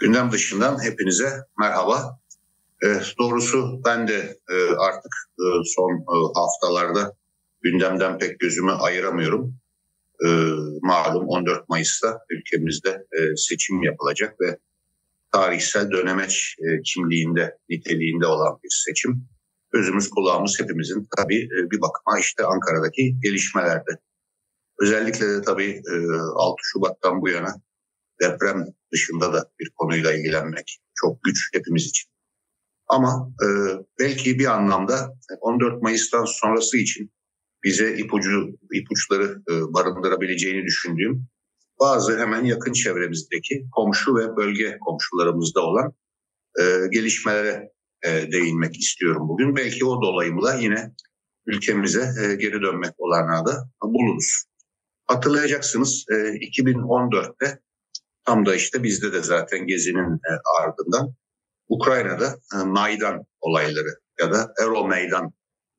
Gündem dışından hepinize merhaba. Doğrusu ben de artık son haftalarda gündemden pek gözümü ayıramıyorum. Malum 14 Mayıs'ta ülkemizde seçim yapılacak ve tarihsel dönemeç kimliğinde, niteliğinde olan bir seçim. Gözümüz kulağımız hepimizin tabii bir bakıma işte Ankara'daki gelişmelerde. Özellikle de tabii 6 Şubat'tan bu yana deprem dışında da bir konuyla ilgilenmek çok güç hepimiz için. Ama belki bir anlamda 14 Mayıs'tan sonrası için bize ipuçları barındırabileceğini düşündüğüm bazı hemen yakın çevremizdeki komşu ve bölge komşularımızda olan gelişmelere değinmek istiyorum bugün. Belki o dolayımla yine ülkemize geri dönmek olanağı da buluruz. Hatırlayacaksınız 2014'te tam da işte bizde de zaten Gezi'nin ardından Ukrayna'da Maydan olayları ya da Euromeydan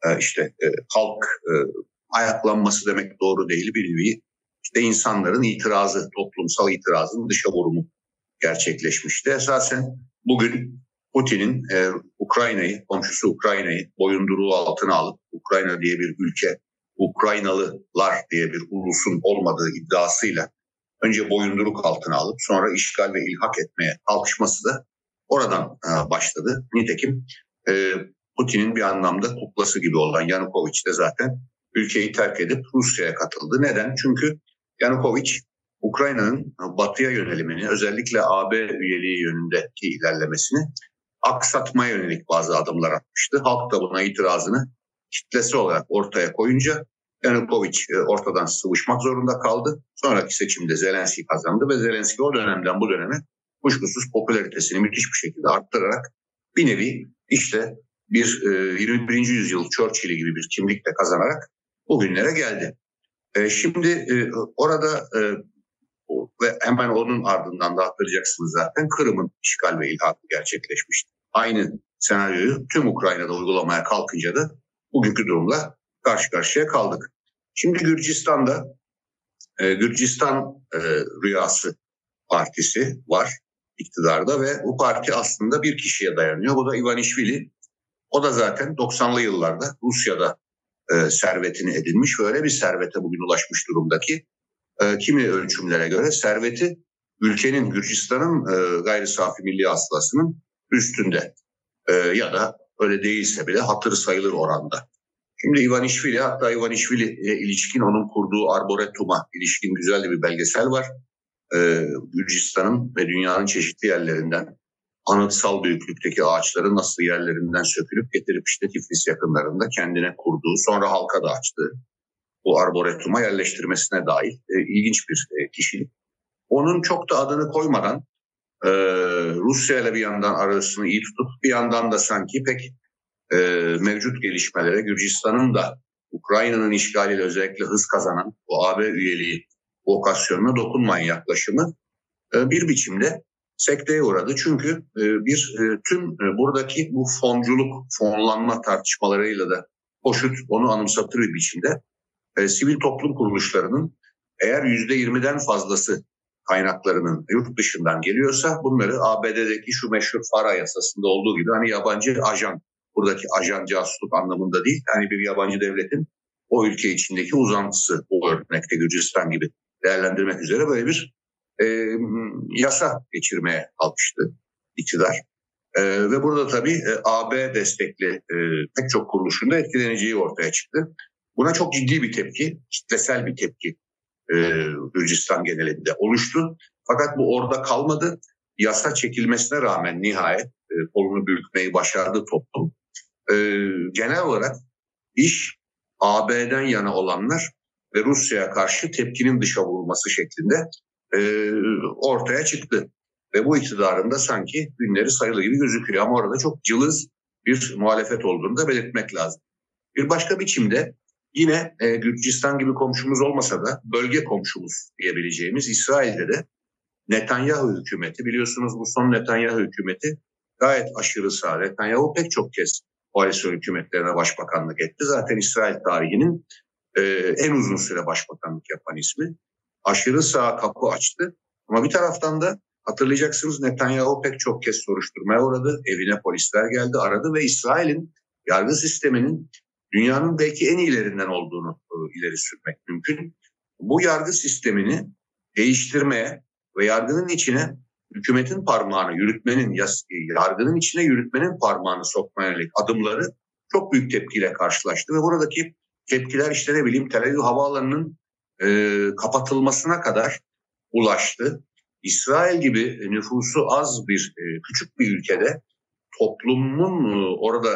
halk ayaklanması demek doğru değil bir nevi. İşte insanların itirazı, toplumsal itirazın dışa vurumu gerçekleşmişti. Esasen bugün Putin'in komşusu Ukrayna'yı boyunduruğu altına alıp Ukrayna diye bir ülke, Ukraynalılar diye bir ulusun olmadığı iddiasıyla önce boyunduruk altına alıp sonra işgal ve ilhak etmeye kalkışması da oradan başladı. Nitekim Putin'in bir anlamda kuklası gibi olan Yanukovych de zaten ülkeyi terk edip Rusya'ya katıldı. Neden? Çünkü Yanukovych Ukrayna'nın batıya yönelimini, özellikle AB üyeliği yönündeki ilerlemesini aksatmaya yönelik bazı adımlar atmıştı. Halk da buna itirazını kitlesi olarak ortaya koyunca Yanukovych ortadan sıvışmak zorunda kaldı. Sonraki seçimde Zelenski kazandı ve Zelenski o dönemden bu döneme kuşkusuz popülaritesini müthiş bir şekilde arttırarak bir nevi işte bir 21. yüzyıl Churchill'i gibi bir kimlikle kazanarak bugünlere geldi. Şimdi orada ve hemen onun ardından da hatırlayacaksınız zaten Kırım'ın işgal ve ilhakı gerçekleşmişti. Aynı senaryoyu tüm Ukrayna'da uygulamaya kalkınca da bugünkü durumla karşı karşıya kaldık. Şimdi Gürcistan'da Gürcistan Rüyası Partisi var iktidarda ve bu parti aslında bir kişiye dayanıyor. Bu da Ivanishvili. O da zaten 90'lı yıllarda Rusya'da servetini edinmiş ve öyle bir servete bugün ulaşmış durumdaki kimi ölçümlere göre serveti ülkenin, Gürcistan'ın gayri safi milli hasılasının üstünde ya da öyle değilse bile hatırı sayılır oranda. Şimdi Ivanishvili'ye ilişkin onun kurduğu Arboretum'a ilişkin güzel bir belgesel var. Gürcistan'ın ve dünyanın çeşitli yerlerinden anıtsal büyüklükteki ağaçları nasıl yerlerinden sökülüp getirip işte Tiflis yakınlarında kendine kurduğu, sonra halka da açtığı bu Arboretum'a yerleştirmesine dair ilginç bir kişilik. Onun çok da adını koymadan Rusya ile bir yandan arasını iyi tutup bir yandan da sanki pek mevcut gelişmelere Gürcistan'ın da Ukrayna'nın işgaliyle özellikle hız kazanan bu AB üyeliği vokasyonuna dokunmayan yaklaşımı bir biçimde sekteye uğradı. Çünkü tüm buradaki bu fonlanma tartışmalarıyla da hoşnut onu anımsatır bir biçimde sivil toplum kuruluşlarının eğer %20'den fazlası kaynaklarının yurt dışından geliyorsa bunları ABD'deki şu meşhur FARA yasasında olduğu gibi hani yabancı ajan, buradaki ajan casusluk anlamında değil, yani bir yabancı devletin o ülke içindeki uzantısı, bu örnekte Gürcistan gibi değerlendirmek üzere böyle bir yasa geçirmeye kalkıştı iktidar. Ve burada tabii AB destekli pek çok kuruluşun da etkileneceği ortaya çıktı. Buna çok ciddi bir tepki, kitlesel bir tepki Gürcistan genelinde oluştu. Fakat bu orada kalmadı. Yasa çekilmesine rağmen nihayet kolunu bürkmeyi başardı toplum. Genel olarak iş AB'den yana olanlar ve Rusya'ya karşı tepkinin dışa vurulması şeklinde ortaya çıktı. Ve bu iktidarın da sanki günleri sayılı gibi gözüküyor. Ama orada çok cılız bir muhalefet olduğunu da belirtmek lazım. Bir başka biçimde yine Gürcistan gibi komşumuz olmasa da bölge komşumuz diyebileceğimiz İsrail'de de Netanyahu hükümeti, biliyorsunuz bu son Netanyahu hükümeti gayet aşırı sağ. Netanyahu pek çok kez koalisyon hükümetlerine başbakanlık etti. Zaten İsrail tarihinin en uzun süre başbakanlık yapan ismi. Aşırı sağ kapı açtı. Ama bir taraftan da hatırlayacaksınız Netanyahu pek çok kez soruşturmaya uğradı. Evine polisler geldi, aradı ve İsrail'in yargı sisteminin dünyanın belki en iyilerinden olduğunu ileri sürmek mümkün. Bu yargı sistemini değiştirmeye ve yargının içine hükümetin parmağını yürütmenin, yargının içine yürütmenin parmağını sokmaya yönelik adımları çok büyük tepkiyle karşılaştı. Ve buradaki tepkiler işte ne bileyim Tel Aviv Havaalanı'nın kapatılmasına kadar ulaştı. İsrail gibi nüfusu az bir küçük bir ülkede toplumun orada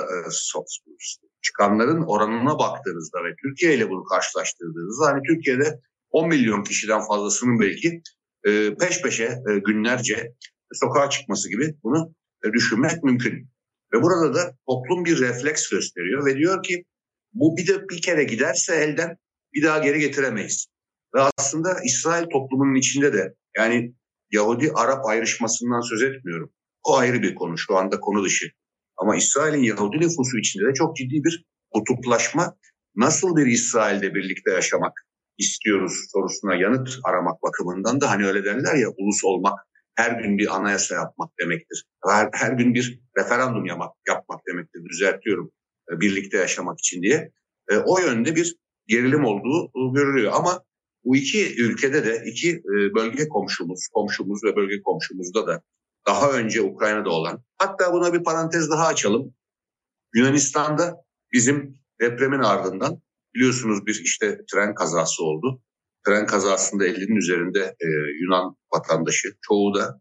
çıkanların oranına baktığınızda ve Türkiye ile bunu karşılaştırdığınızda hani Türkiye'de 10 milyon kişiden fazlasının belki peş peşe günlerce sokağa çıkması gibi bunu düşünmek mümkün. Ve burada da toplum bir refleks gösteriyor ve diyor ki bu bir kere giderse elden bir daha geri getiremeyiz. Ve aslında İsrail toplumunun içinde de yani Yahudi-Arap ayrışmasından söz etmiyorum. O ayrı bir konu, şu anda konu dışı. Ama İsrail'in Yahudi nüfusu içinde de çok ciddi bir kutuplaşma, nasıl bir İsrail'de birlikte yaşamak istiyoruz sorusuna yanıt aramak bakımından da hani öyle derler ya, ulus olmak her gün bir anayasa yapmak demektir. Her gün bir referandum yapmak demektir, düzeltiyorum, birlikte yaşamak için diye. O yönde bir gerilim olduğu görülüyor ama bu iki ülkede de iki bölge komşumuz ve bölge komşumuzda da daha önce Ukrayna'da olan, hatta buna bir parantez daha açalım. Yunanistan'da bizim depremin ardından biliyorsunuz bir işte tren kazası oldu. Tren kazasında 50'nin üzerinde Yunan vatandaşı, çoğu da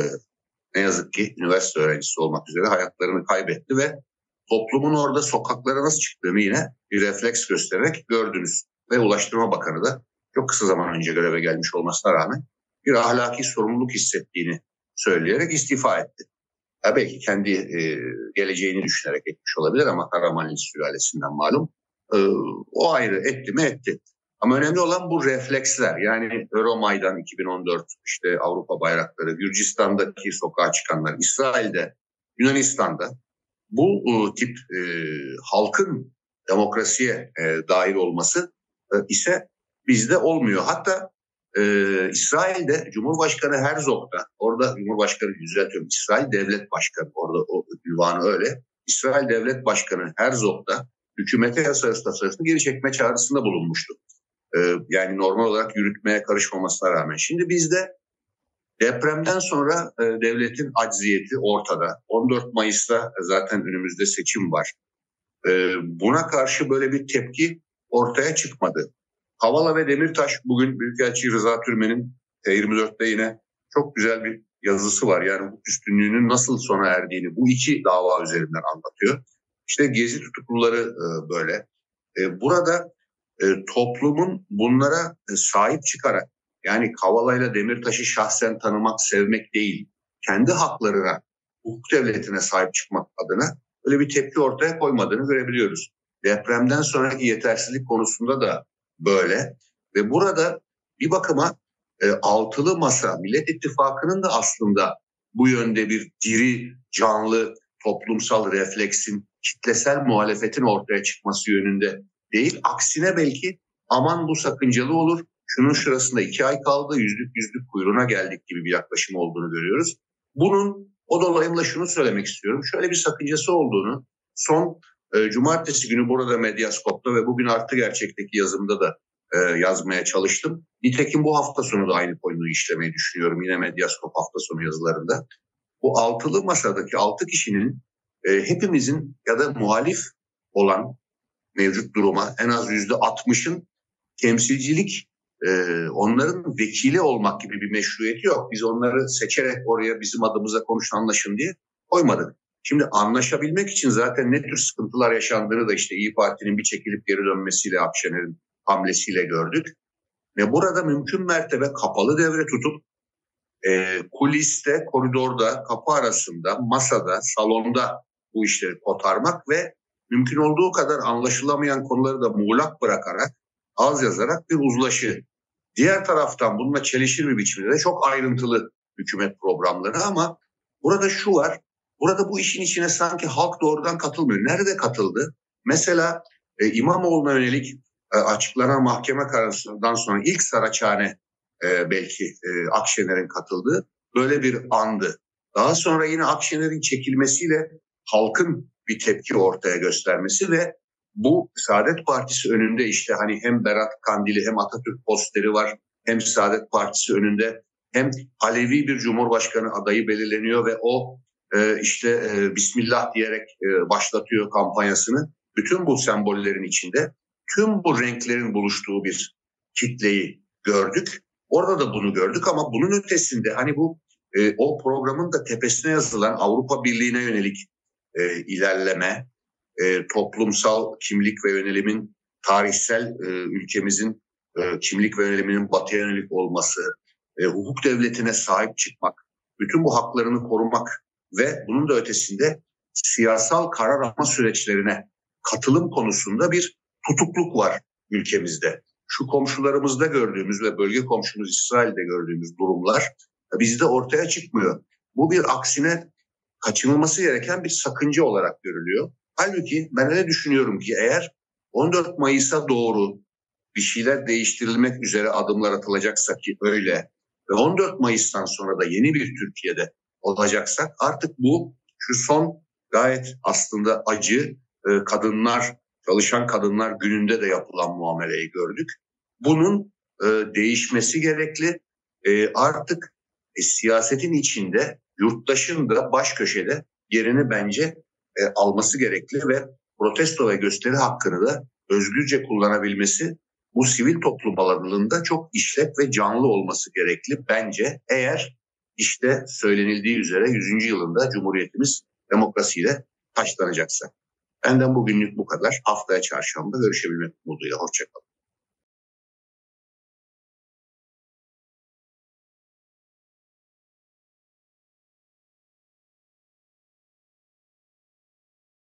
ne yazık ki üniversite öğrencisi olmak üzere hayatlarını kaybetti ve toplumun orada sokaklara nasıl çıktığını yine bir refleks göstererek gördünüz. Ve Ulaştırma Bakanı da çok kısa zaman önce göreve gelmiş olmasına rağmen bir ahlaki sorumluluk hissettiğini söyleyerek istifa etti. Belki kendi geleceğini düşünerek etmiş olabilir ama Karamanlı sülalesinden malum. O ayrı, etti mi etti. Ama önemli olan bu refleksler. Yani Euromaidan 2014, işte Avrupa bayrakları, Gürcistan'daki sokağa çıkanlar, İsrail'de, Yunanistan'da bu tip halkın demokrasiye dahil olması ise bizde olmuyor. Hatta İsrail'de Cumhurbaşkanı Herzog'da, orada Cumhurbaşkanı düzeltiyorum, İsrail Devlet Başkanı, orada o ünvanı öyle. İsrail Devlet Başkanı Herzog'da hükümete yasa tasarısını geri çekme çağrısında bulunmuştu. Yani normal olarak yürütmeye karışmamasına rağmen. Şimdi bizde depremden sonra devletin acziyeti ortada. 14 Mayıs'ta zaten önümüzde seçim var. Buna karşı böyle bir tepki ortaya çıkmadı. Kavala ve Demirtaş, bugün Büyükelçi Rıza Türmen'in T24'te yine çok güzel bir yazısı var. Yani hukuk üstünlüğünün nasıl sona erdiğini bu iki dava üzerinden anlatıyor. İşte Gezi tutukluları böyle. Burada toplumun bunlara sahip çıkarak, yani Kavala'yla Demirtaş'ı şahsen tanımak, sevmek değil, kendi haklarına, hukuk devletine sahip çıkmak adına öyle bir tepki ortaya koymadığını görebiliyoruz. Depremden sonraki yetersizlik konusunda da böyle ve burada bir bakıma altılı masa, Millet İttifakı'nın da aslında bu yönde bir diri, canlı toplumsal refleksin, kitlesel muhalefetin ortaya çıkması yönünde değil. Aksine belki aman bu sakıncalı olur, şunun şurasında 2 ay kaldı, yüzlük kuyruğuna geldik gibi bir yaklaşım olduğunu görüyoruz. Bunun o dolayımla şunu söylemek istiyorum. Şöyle bir sakıncası olduğunu son cumartesi günü burada Medyaskop'ta ve bugün Artı Gerçek'teki yazımda da yazmaya çalıştım. Nitekim bu hafta sonu da aynı konuyu işlemeyi düşünüyorum. Yine Medyaskop hafta sonu yazılarında. Bu altılı masadaki 6 kişinin hepimizin ya da muhalif olan mevcut duruma en az %60'ın temsilcilik, onların vekili olmak gibi bir meşruiyeti yok. Biz onları seçerek oraya bizim adımıza konuşun, anlaşın diye koymadık. Şimdi anlaşabilmek için zaten ne tür sıkıntılar yaşandığını da işte İYİ Parti'nin bir çekilip geri dönmesiyle, Akşener'in hamlesiyle gördük. Ve burada mümkün mertebe kapalı devre tutup kuliste, koridorda, kapı arasında, masada, salonda bu işleri kotarmak ve mümkün olduğu kadar anlaşılamayan konuları da muğlak bırakarak, az yazarak bir uzlaşı. Diğer taraftan bununla çelişir bir biçimde de çok ayrıntılı hükümet programları ama burada şu var, burada bu işin içine sanki halk doğrudan katılmıyor. Nerede katıldı? Mesela İmamoğlu'na yönelik açıklanan mahkeme kararından sonra ilk Saraçhane belki Akşener'in katıldığı. böyle bir andı. Daha sonra yine Akşener'in çekilmesiyle halkın bir tepki ortaya göstermesi ve bu Saadet Partisi önünde işte hani hem Berat Kandili hem Atatürk posteri var, hem Saadet Partisi önünde, hem Alevi bir Cumhurbaşkanı adayı belirleniyor ve o Bismillah diyerek başlatıyor kampanyasını. Bütün bu sembollerin içinde tüm bu renklerin buluştuğu bir kitleyi gördük. Orada da bunu gördük ama bunun ötesinde hani bu o programın da tepesine yazılan Avrupa Birliği'ne yönelik ilerleme, toplumsal kimlik ve yönelimin tarihsel ülkemizin kimlik ve yöneliminin batıya yönelik olması, hukuk devletine sahip çıkmak, bütün bu haklarını korumak ve bunun da ötesinde siyasal karar alma süreçlerine katılım konusunda bir tutukluk var ülkemizde. Şu komşularımızda gördüğümüz ve bölge komşumuz İsrail'de gördüğümüz durumlar bizde ortaya çıkmıyor. Bu bir aksine kaçınılması gereken bir sakınca olarak görülüyor. Halbuki ben öyle düşünüyorum ki eğer 14 Mayıs'a doğru bir şeyler değiştirilmek üzere adımlar atılacaksa ki öyle ve 14 Mayıs'tan sonra da yeni bir Türkiye'de olacaksak artık bu şu son gayet aslında acı kadınlar, çalışan kadınlar gününde de yapılan muameleyi gördük. Bunun değişmesi gerekli. Artık siyasetin içinde yurttaşın da baş köşede yerini bence alması gerekli ve protesto ve gösteri hakkını da özgürce kullanabilmesi bu sivil toplum alanında çok işlek ve canlı olması gerekli bence, eğer işte söylenildiği üzere 100. yılında Cumhuriyetimiz demokrasiyle taçlanacaksa. Benden bugünlük bu kadar. Haftaya çarşamba görüşebilmek umuduyla. Hoşça kalın.